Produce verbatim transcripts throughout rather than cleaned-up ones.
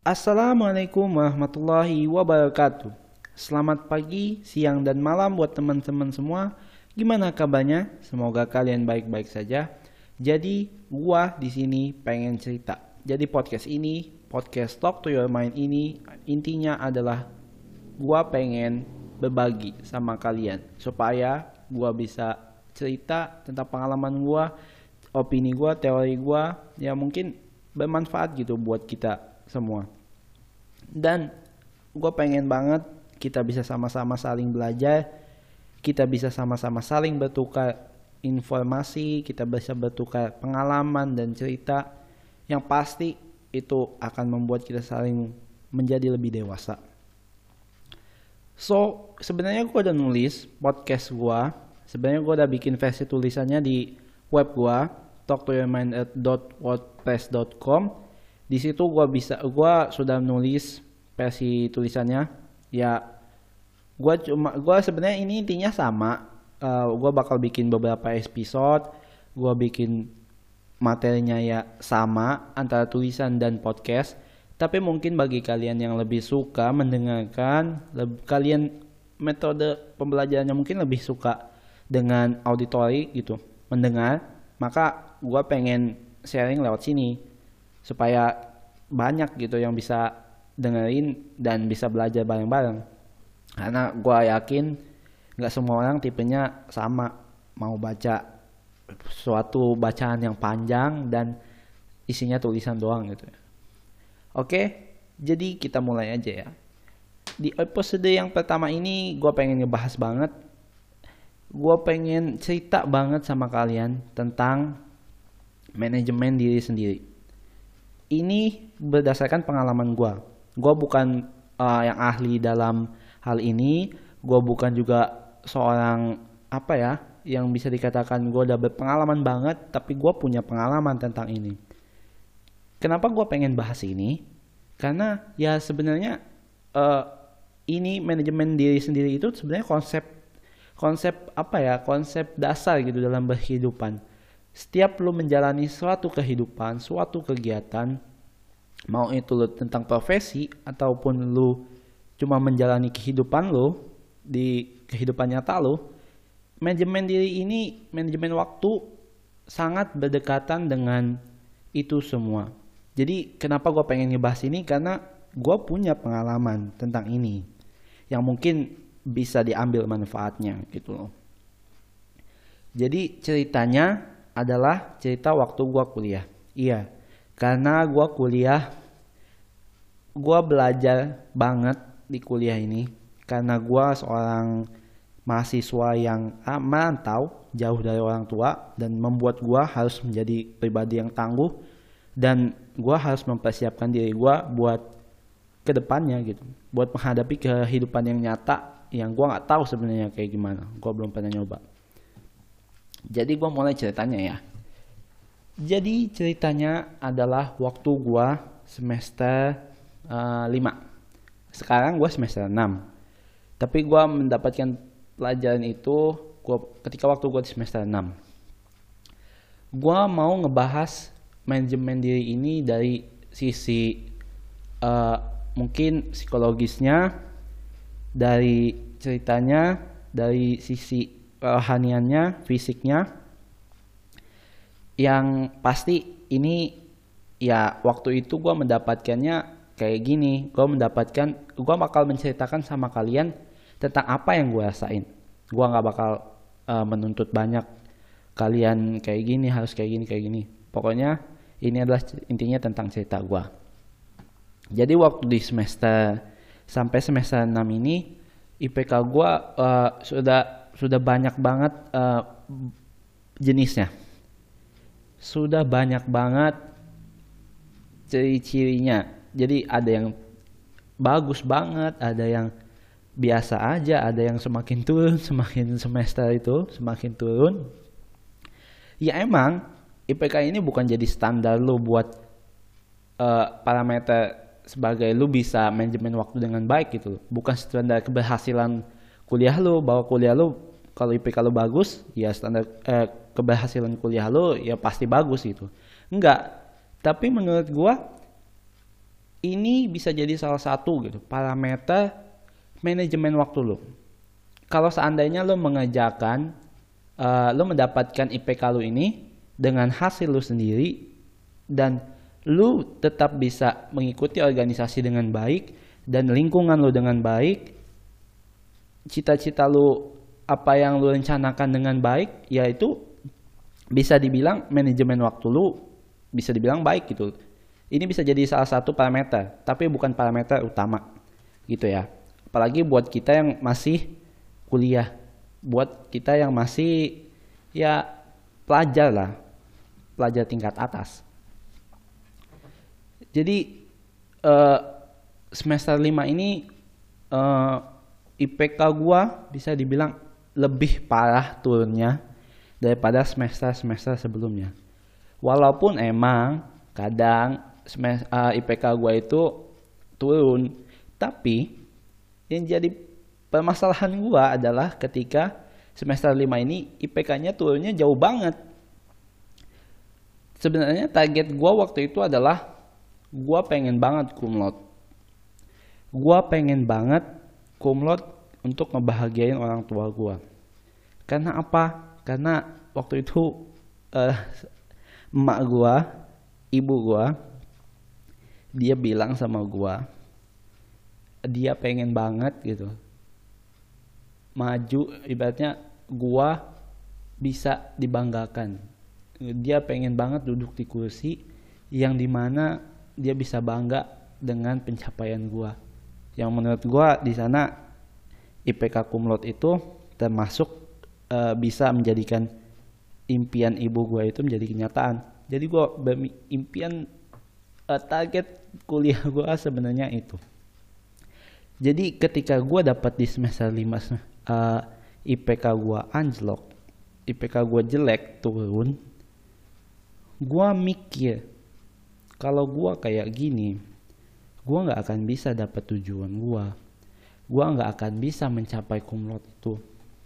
Assalamualaikum warahmatullahi wabarakatuh. Selamat pagi, siang, dan malam buat teman-teman semua. Gimana kabarnya? Semoga kalian baik-baik saja. Jadi, gua di sini pengen cerita. Jadi podcast ini, podcast Talk to Your Mind ini, intinya adalah gua pengen berbagi sama kalian supaya gua bisa cerita tentang pengalaman gua, opini gua, teori gua, ya mungkin bermanfaat gitu buat kita semua. Dan gue pengen banget kita bisa sama-sama saling belajar, kita bisa sama-sama saling bertukar informasi, kita bisa bertukar pengalaman dan cerita yang pasti itu akan membuat kita saling menjadi lebih dewasa. So sebenarnya gue udah nulis podcast gue, sebenarnya gue udah bikin versi tulisannya di web gue talk to your mind dot wordpress dot com. Di situ gua bisa gua sudah nulis versi tulisannya. Ya, gua cuma gua sebenarnya ini intinya sama. Uh, gua bakal bikin beberapa episode, gua bikin materinya ya sama antara tulisan dan podcast. Tapi mungkin bagi kalian yang lebih suka mendengarkan, lebih, kalian metode pembelajarannya mungkin lebih suka dengan auditory gitu, mendengar, maka gua pengen sharing lewat sini supaya banyak gitu yang bisa dengerin dan bisa belajar bareng-bareng. Karena gue yakin gak semua orang tipenya sama, mau baca suatu bacaan yang panjang dan isinya tulisan doang gitu. Oke, jadi kita mulai aja ya. Di episode yang pertama ini gue pengen ngebahas banget, gue pengen cerita banget sama kalian tentang manajemen diri sendiri. Ini berdasarkan pengalaman gue. Gue bukan uh, yang ahli dalam hal ini. Gue bukan juga seorang apa ya yang bisa dikatakan gue udah berpengalaman banget. Tapi gue punya pengalaman tentang ini. Kenapa gue pengen bahas ini? Karena ya sebenarnya uh, ini manajemen diri sendiri itu sebenarnya konsep konsep apa ya konsep dasar gitu dalam berkehidupan. Setiap lu menjalani suatu kehidupan, suatu kegiatan, mau itu lu tentang profesi ataupun lu cuma menjalani kehidupan lu di kehidupan nyata lu, manajemen diri ini, manajemen waktu sangat berdekatan dengan itu semua. Jadi kenapa gue pengen ngebahas ini? Karena gue punya pengalaman tentang ini yang mungkin bisa diambil manfaatnya gitu loh. Jadi ceritanya adalah cerita waktu gue kuliah. Iya, karena gue kuliah, gue belajar banget di kuliah ini. Karena gue seorang mahasiswa yang ah, merantau jauh dari orang tua dan membuat gue harus menjadi pribadi yang tangguh dan gue harus mempersiapkan diri gue buat kedepannya gitu, buat menghadapi kehidupan yang nyata yang gue nggak tahu sebenarnya kayak gimana. Gue belum pernah nyoba. Jadi gue mulai ceritanya ya. Jadi ceritanya adalah waktu gue semester uh, lima. Sekarang gue semester enam. Tapi gue mendapatkan pelajaran itu gua, ketika waktu gue di semester enam. Gue mau ngebahas manajemen diri ini dari sisi uh, mungkin psikologisnya, dari ceritanya, dari sisi rohaniannya, fisiknya. Yang pasti ini ya waktu itu gue mendapatkannya kayak gini. Gue mendapatkan, gue bakal menceritakan sama kalian tentang apa yang gue rasain. Gue gak bakal uh, menuntut banyak kalian kayak gini, harus kayak gini, kayak gini. Pokoknya ini adalah intinya tentang cerita gue. Jadi waktu di semester sampai semester enam ini I P K gue uh, sudah sudah banyak banget uh, jenisnya. Sudah banyak banget ciri-cirinya. Jadi ada yang bagus banget, ada yang biasa aja, ada yang semakin turun, semakin semester itu semakin turun. Ya emang I P K ini bukan jadi standar lu buat uh, parameter sebagai lu bisa manajemen waktu dengan baik gitu. Bukan standar keberhasilan kuliah lu, bahwa kuliah lu kalau I P K lu bagus, ya standar eh, keberhasilan kuliah lu ya pasti bagus gitu. Enggak. Tapi menurut gua ini bisa jadi salah satu gitu parameter manajemen waktu lo. Kalau seandainya lo mengerjakan, uh, lo mendapatkan I P K lo ini dengan hasil lo sendiri dan lo tetap bisa mengikuti organisasi dengan baik dan lingkungan lo dengan baik, cita-cita lo apa yang lo rencanakan dengan baik, yaitu bisa dibilang manajemen waktu lo bisa dibilang baik gitu. Ini bisa jadi salah satu parameter, tapi bukan parameter utama gitu ya. Apalagi buat kita yang masih kuliah, buat kita yang masih ya pelajar lah, pelajar tingkat atas. Jadi uh, semester lima ini uh, I P K gua bisa dibilang lebih parah turunnya daripada semester-semester sebelumnya. Walaupun emang kadang semester, uh, I P K gua itu turun, tapi yang jadi permasalahan gua adalah ketika semester lima ini I P K-nya turunnya jauh banget. Sebenarnya target gua waktu itu adalah gua pengen banget cum laude. Gua pengen banget cum laude untuk ngebahagiain orang tua gua. Karena apa? Karena waktu itu uh, emak gua, ibu gua, dia bilang sama gua, dia pengen banget gitu maju, ibaratnya gua bisa dibanggakan. Dia pengen banget duduk di kursi yang dimana dia bisa bangga dengan pencapaian gua. Yang menurut gua di sana I P K cum laude itu termasuk uh, bisa menjadikan impian ibu gua itu menjadi kenyataan. Jadi gua berimpian, uh, target kuliah gua sebenarnya itu. Jadi ketika gue dapat di semester lima uh, I P K gue anjlok, I P K gue jelek turun, gue mikir kalau gue kayak gini, gue nggak akan bisa dapat tujuan gue, gue nggak akan bisa mencapai cum laude itu.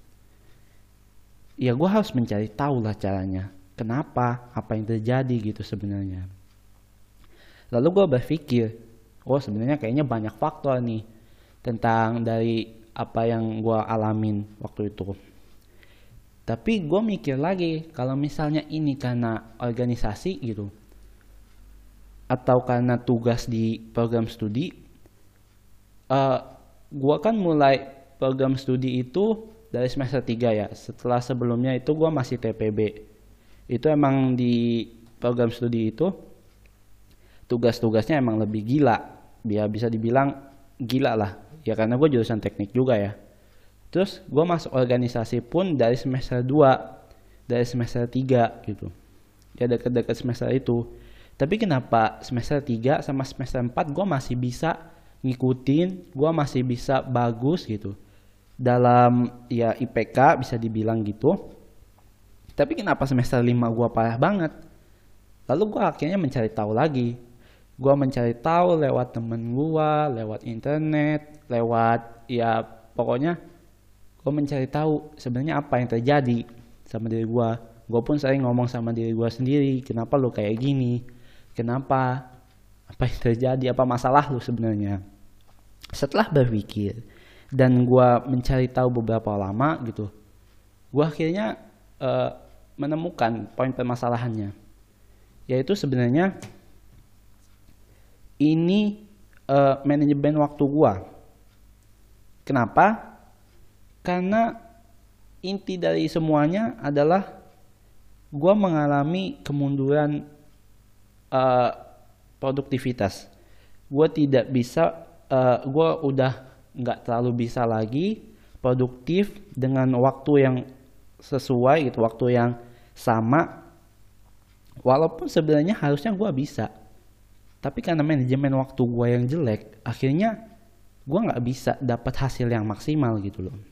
Ya gue harus mencari tahu lah caranya, kenapa, apa yang terjadi gitu sebenarnya. Lalu gue berpikir, oh sebenarnya kayaknya banyak faktor nih tentang dari apa yang gue alamin waktu itu. Tapi gue mikir lagi, kalau misalnya ini karena organisasi gitu, atau karena tugas di program studi, uh, gue kan mulai program studi itu dari semester tiga ya. Setelah sebelumnya itu gue masih T P B. Itu emang di program studi itu tugas-tugasnya emang lebih gila, biar bisa dibilang gila lah. Ya karena gue jurusan teknik juga ya. Terus gue masuk organisasi pun dari semester dua, dari semester tiga gitu. Ya dekat-dekat semester itu. Tapi kenapa semester tiga sama semester empat gue masih bisa ngikutin, gue masih bisa bagus gitu. Dalam ya I P K bisa dibilang gitu. Tapi kenapa semester lima gue parah banget? Lalu gue akhirnya mencari tahu lagi. Gue mencari tahu lewat temen gue, lewat internet, lewat ya pokoknya gue mencari tahu sebenarnya apa yang terjadi sama diri gue. Gue pun sering ngomong sama diri gue sendiri, kenapa lu kayak gini, kenapa, apa yang terjadi, apa masalah lu sebenarnya. Setelah berpikir dan gue mencari tahu beberapa lama gitu, gue akhirnya uh, menemukan poin permasalahannya, yaitu sebenarnya ini uh, manajemen waktu gua. Kenapa? Karena inti dari semuanya adalah gua mengalami kemunduran uh, produktivitas. Gua tidak bisa, uh, gua udah nggak terlalu bisa lagi produktif dengan waktu yang sesuai gitu, waktu yang sama. Walaupun sebenarnya harusnya gua bisa. Tapi karena manajemen waktu gue yang jelek, akhirnya gue nggak bisa dapat hasil yang maksimal gitu loh.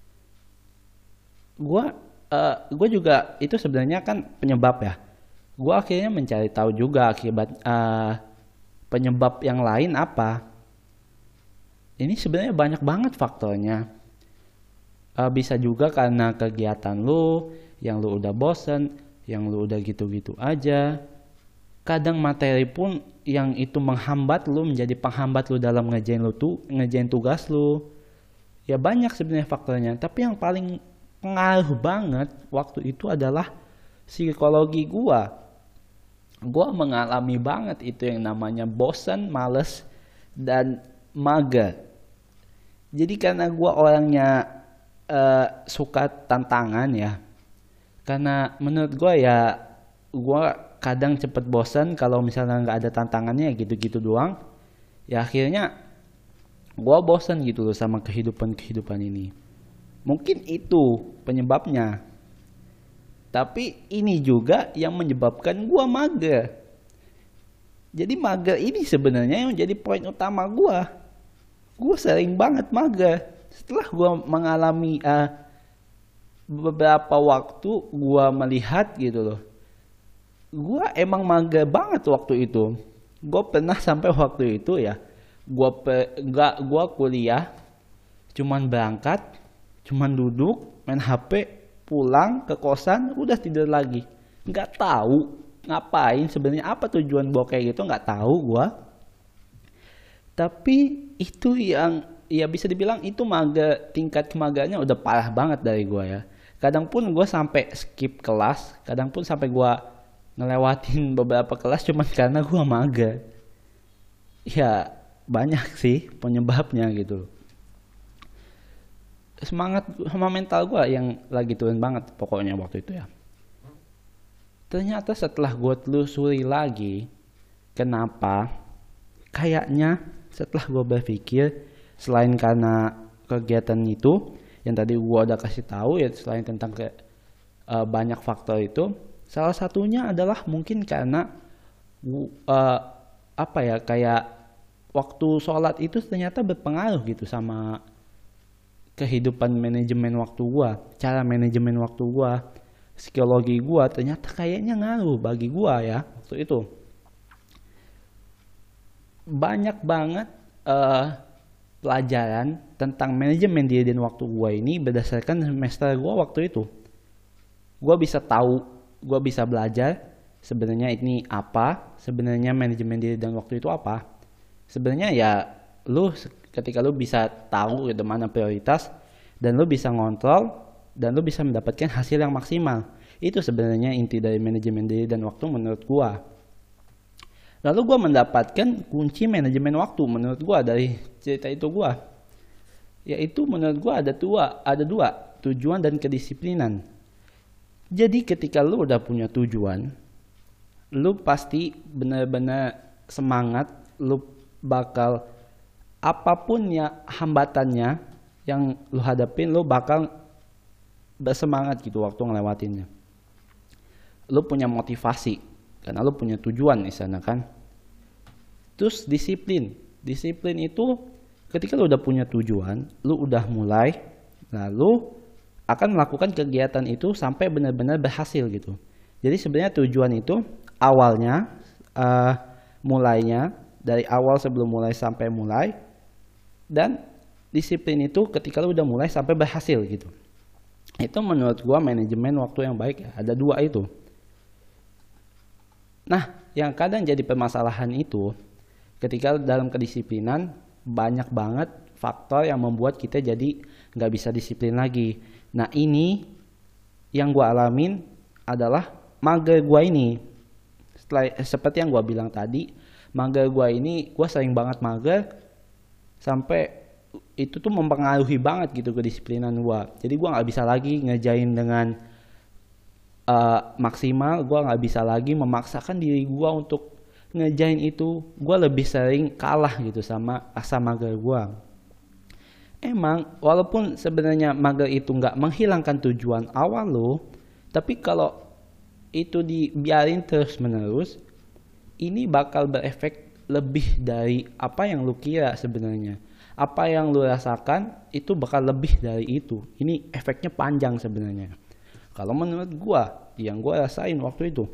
Gue, uh, gue juga itu sebenarnya kan penyebab ya. Gue akhirnya mencari tahu juga akibat uh, penyebab yang lain apa. Ini sebenarnya banyak banget faktornya. Uh, bisa juga karena kegiatan lu, yang lu udah bosen, yang lu udah gitu-gitu aja. kadang materi pun yang itu menghambat lu, menjadi penghambat lu dalam ngerjain lu tuh ngerjain tugas lu. Ya banyak sebenarnya faktornya, tapi yang paling pengaruh banget waktu itu adalah psikologi gua. Gua mengalami banget itu yang namanya bosan, males, dan mager. Jadi karena gua orangnya uh, suka tantangan ya. Karena menurut gua ya gua kadang cepet bosan kalau misalnya nggak ada tantangannya gitu-gitu doang. Ya akhirnya gue bosan gitu loh sama kehidupan-kehidupan ini. Mungkin itu penyebabnya. Tapi ini juga yang menyebabkan gue mager. Jadi mager ini sebenarnya yang jadi poin utama gue. Gue sering banget mager. Setelah gue mengalami uh, beberapa waktu gue melihat gitu loh. Gue emang mager banget waktu itu. Gue pernah sampai waktu itu ya. Gua pe, gak gua kuliah cuman berangkat, cuman duduk, main H P, pulang ke kosan, udah tidur lagi. Nggak tahu ngapain sebenarnya, apa tujuan gua kayak gitu, nggak tahu gua. Tapi itu yang ya bisa dibilang itu mager, tingkat kemagannya udah parah banget dari gua ya. Kadang pun gua sampai skip kelas, kadang pun sampai gua ngelewatin beberapa kelas cuman karena gua mager. Ya banyak sih penyebabnya gitu. Semangat sama mental gue yang lagi turun banget pokoknya waktu itu ya. Ternyata setelah gue telusuri lagi kenapa, kayaknya setelah gue berpikir selain karena kegiatan itu yang tadi gue udah kasih tahu ya, selain tentang ke uh, banyak faktor itu, salah satunya adalah mungkin karena uh, apa ya kayak waktu sholat itu ternyata berpengaruh gitu sama kehidupan manajemen waktu gua, cara manajemen waktu gua, psikologi gua ternyata kayaknya ngaruh bagi gua ya waktu itu. Banyak banget uh, pelajaran tentang manajemen diri dan waktu gua ini berdasarkan semester gua waktu itu. Gua bisa tahu, gua bisa belajar sebenarnya ini apa, sebenarnya manajemen diri dan waktu itu apa. Sebenarnya ya lu ketika lu bisa tahu gitu mana prioritas dan lu bisa ngontrol dan lu bisa mendapatkan hasil yang maksimal. Itu sebenarnya inti dari manajemen diri dan waktu menurut gua. Lalu gua mendapatkan kunci manajemen waktu menurut gua dari cerita itu gua. Yaitu menurut gua ada dua, ada dua, tujuan dan kedisiplinan. Jadi ketika lu udah punya tujuan, lu pasti benar-benar semangat, lu bakal apapun ya hambatannya yang lu hadapin, lu bakal bersemangat gitu waktu ngelewatinnya. Lu punya motivasi karena lu punya tujuan di sana kan. Terus disiplin. Disiplin itu ketika lu udah punya tujuan, lu udah mulai, lalu akan melakukan kegiatan itu sampai benar-benar berhasil gitu. Jadi sebenarnya tujuan itu awalnya uh, mulainya dari awal sebelum mulai sampai mulai, dan disiplin itu ketika lu udah mulai sampai berhasil gitu. Itu menurut gua manajemen waktu yang baik ya. Ada dua itu. Nah, yang kadang jadi permasalahan itu ketika dalam kedisiplinan banyak banget faktor yang membuat kita jadi nggak bisa disiplin lagi. Nah ini yang gua alamin adalah mager gua ini. Setelah, seperti yang gua bilang tadi, mager gue ini, gue sering banget mager sampai itu tuh mempengaruhi banget gitu kedisiplinan gue. Jadi gue nggak bisa lagi ngerjain dengan uh, maksimal, gue nggak bisa lagi memaksakan diri gue untuk ngerjain itu. Gue lebih sering kalah gitu sama rasa mager gue. Emang walaupun sebenarnya mager itu nggak menghilangkan tujuan awal lo, tapi kalau itu dibiarin terus menerus, ini bakal berefek lebih dari apa yang lu kira sebenarnya. Apa yang lu rasakan itu bakal lebih dari itu. Ini efeknya panjang sebenarnya. Kalau menurut gua, yang gua rasain waktu itu,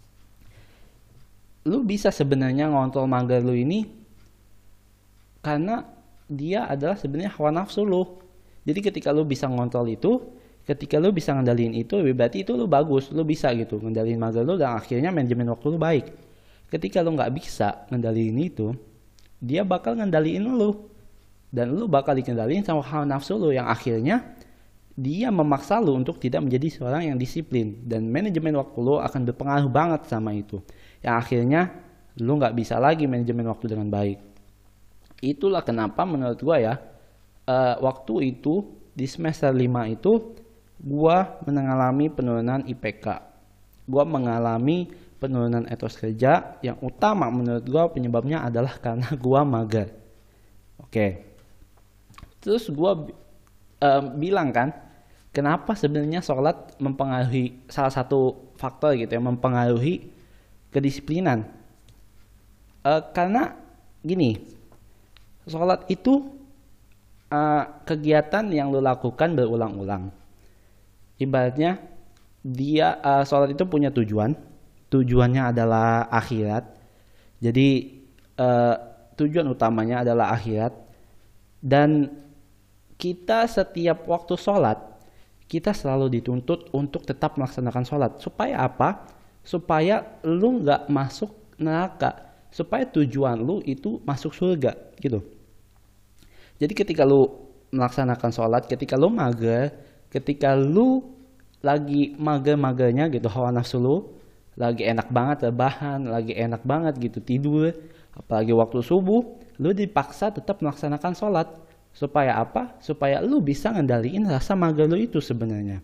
lu bisa sebenarnya ngontrol mager lu ini karena dia adalah sebenarnya hawa nafsu lu. Jadi ketika lu bisa ngontrol itu, ketika lu bisa ngendaliin itu, berarti itu lu bagus, lu bisa gitu ngendaliin mager lu dan akhirnya manajemen waktu lu baik. ketika lu nggak bisa ngendaliin itu, dia bakal ngendaliin lu. Dan lu bakal dikendaliin sama hawa nafsu lu yang akhirnya dia memaksa lu untuk tidak menjadi seorang yang disiplin. Dan manajemen waktu lu akan berpengaruh banget sama itu. Yang akhirnya lu nggak bisa lagi manajemen waktu dengan baik. Itulah kenapa menurut gua ya, uh, waktu itu di semester lima itu gua mengalami penurunan I P K. Gua mengalami penurunan etos kerja yang utama menurut gua penyebabnya adalah karena gua mager. Oke. Terus gue uh, bilang kan, kenapa sebenarnya sholat mempengaruhi, salah satu faktor gitu ya, mempengaruhi kedisiplinan. Uh, karena gini, sholat itu uh, kegiatan yang lo lakukan berulang-ulang. Ibaratnya dia uh, sholat itu punya tujuan, tujuannya adalah akhirat. Jadi uh, tujuan utamanya adalah akhirat. Dan kita setiap waktu sholat, kita selalu dituntut untuk tetap melaksanakan sholat. Supaya apa? Supaya lu nggak masuk neraka. Supaya tujuan lu itu masuk surga gitu. Jadi ketika lu melaksanakan sholat, ketika lu mager, ketika lu lagi mager-magernya gitu, hawa nafsu lu lagi enak banget rebahan, lagi enak banget gitu tidur, apalagi waktu subuh, lu dipaksa tetap melaksanakan sholat. Supaya apa? Supaya lu bisa ngendaliin rasa mager lu itu sebenarnya.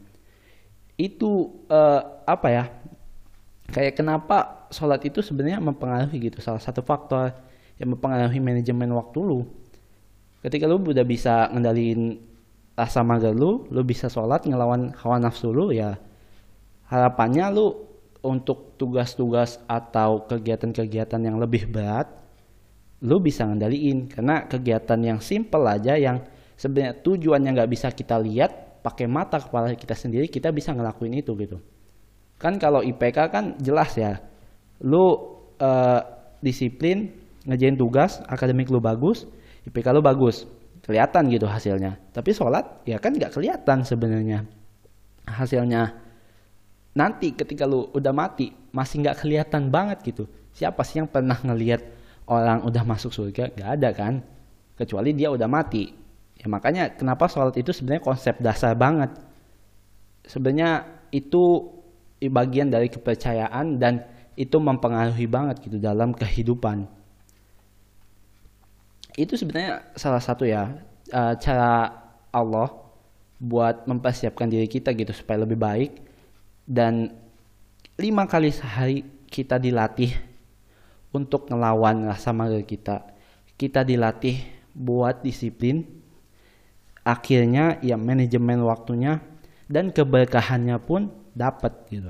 Itu uh, apa ya? Kayak kenapa sholat itu sebenarnya mempengaruhi gitu. Salah satu faktor yang mempengaruhi manajemen waktu lu. Ketika lu udah bisa ngendaliin rasa mager lu, lu bisa sholat ngelawan hawa nafsu lu ya. Harapannya lu untuk tugas-tugas atau kegiatan-kegiatan yang lebih berat, lu bisa ngendaliin. Karena kegiatan yang simple aja yang sebenarnya tujuannya nggak bisa kita lihat pakai mata kepala kita sendiri, kita bisa ngelakuin itu gitu. Kan kalau I P K kan jelas ya, lu uh, disiplin ngerjain tugas, akademik lu bagus, I P K lu bagus, kelihatan gitu hasilnya. Tapi sholat ya kan nggak kelihatan sebenarnya hasilnya. Nanti ketika lu udah mati masih nggak kelihatan banget gitu. Siapa sih yang pernah ngelihat orang udah masuk surga? Gak ada kan, kecuali dia udah mati. Ya makanya kenapa sholat itu sebenarnya konsep dasar banget. Sebenarnya itu bagian dari kepercayaan dan itu mempengaruhi banget gitu dalam kehidupan. Itu sebenarnya salah satu ya cara Allah buat mempersiapkan diri kita gitu supaya lebih baik. Dan lima kali sehari kita dilatih untuk ngelawan rasa mager kita. Kita dilatih buat disiplin. Akhirnya ya manajemen waktunya dan keberkahannya pun dapat gitu.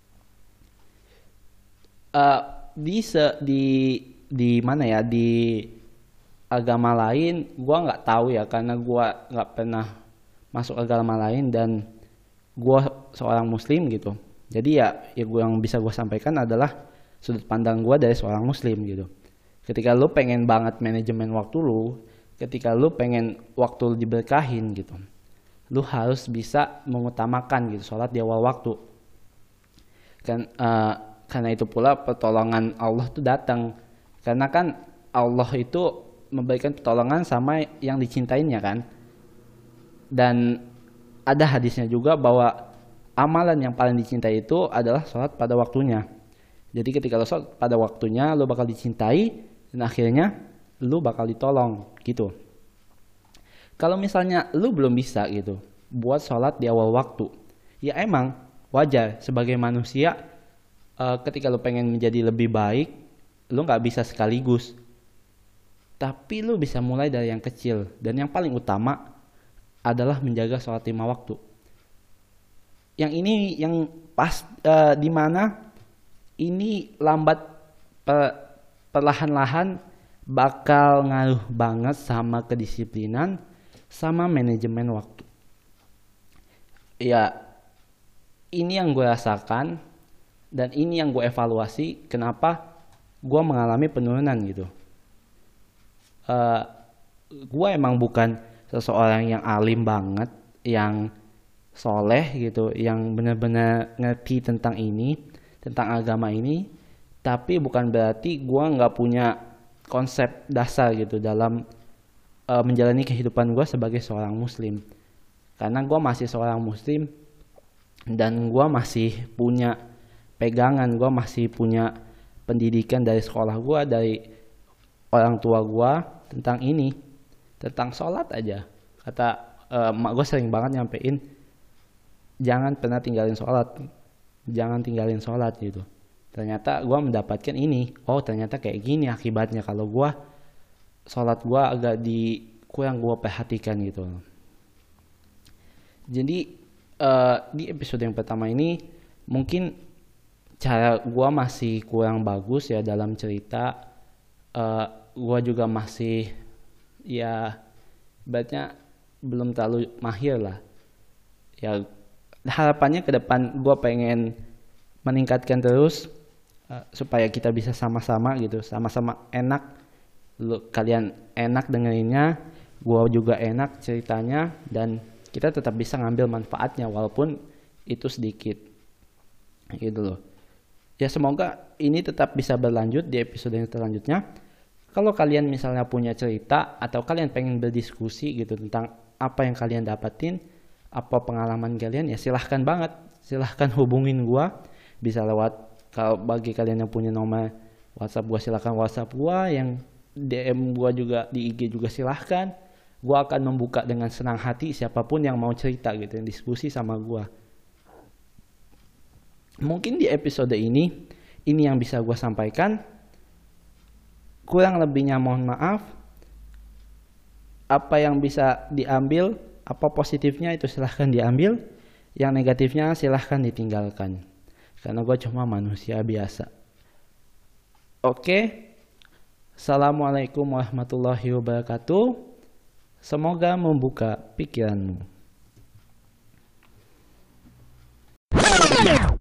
Uh, di se, di di mana ya, di agama lain gua nggak tahu ya, karena gua nggak pernah masuk agama lain dan gua seorang muslim gitu. Jadi ya ya gua yang bisa gua sampaikan adalah sudut pandang gue dari seorang muslim gitu. Ketika lu pengen banget manajemen waktu lu, ketika lu pengen waktu lu diberkahin gitu, lu harus bisa mengutamakan gitu sholat di awal waktu. Kan uh, karena itu pula pertolongan Allah tuh datang. Karena kan Allah itu memberikan pertolongan sama yang dicintainya kan. Dan ada hadisnya juga bahwa amalan yang paling dicintai itu adalah sholat pada waktunya. Jadi ketika lo sholat pada waktunya, lo bakal dicintai dan akhirnya lo bakal ditolong gitu. Kalau misalnya lo belum bisa gitu buat sholat di awal waktu, ya emang wajar sebagai manusia uh, ketika lo pengen menjadi lebih baik, lo nggak bisa sekaligus. Tapi lo bisa mulai dari yang kecil dan yang paling utama adalah menjaga sholat lima waktu. Yang ini yang pas uh, di mana ini lambat perlahan-lahan bakal ngaruh banget sama kedisiplinan sama manajemen waktu. Ya ini yang gue rasakan dan ini yang gue evaluasi kenapa gue mengalami penurunan gitu. Uh, gue emang bukan seseorang yang alim banget, yang soleh gitu, yang benar-benar ngerti tentang ini, tentang agama ini. Tapi bukan berarti gue nggak punya konsep dasar gitu dalam uh, menjalani kehidupan gue sebagai seorang muslim. Karena gue masih seorang muslim dan gue masih punya pegangan, gue masih punya pendidikan dari sekolah gue, dari orang tua gue tentang ini, tentang sholat aja. Kata uh, emak gue sering banget nyampein, jangan pernah tinggalin sholat, jangan tinggalin sholat gitu. Ternyata gue mendapatkan ini, oh ternyata kayak gini akibatnya kalau gue sholat gue agak di kurang gue perhatikan gitu. Jadi uh, di episode yang pertama ini mungkin cara gue masih kurang bagus ya dalam cerita. Uh, gue juga masih ya ibaratnya belum terlalu mahir lah. Ya harapannya ke depan gue pengen meningkatkan terus uh, supaya kita bisa sama-sama gitu, sama-sama enak. Lu, kalian enak dengerinnya, gue juga enak ceritanya, dan kita tetap bisa ngambil manfaatnya walaupun itu sedikit gitu loh. Ya semoga ini tetap bisa berlanjut di episode yang selanjutnya. Kalau kalian misalnya punya cerita atau kalian pengen berdiskusi gitu tentang apa yang kalian dapatin, apa pengalaman kalian, ya silahkan banget, silahkan hubungin gue. Bisa lewat, kalau bagi kalian yang punya nomor WhatsApp gue silahkan WhatsApp gue, yang D M gue juga di I G juga silahkan. Gue akan membuka dengan senang hati siapapun yang mau cerita gitu, yang diskusi sama gue. Mungkin di episode ini, ini yang bisa gue sampaikan. Kurang lebihnya mohon maaf. Apa yang bisa diambil, apa positifnya itu silahkan diambil. Yang negatifnya silahkan ditinggalkan. Karena gue cuma manusia biasa. Oke. Assalamualaikum warahmatullahi wabarakatuh. Semoga membuka pikiranmu.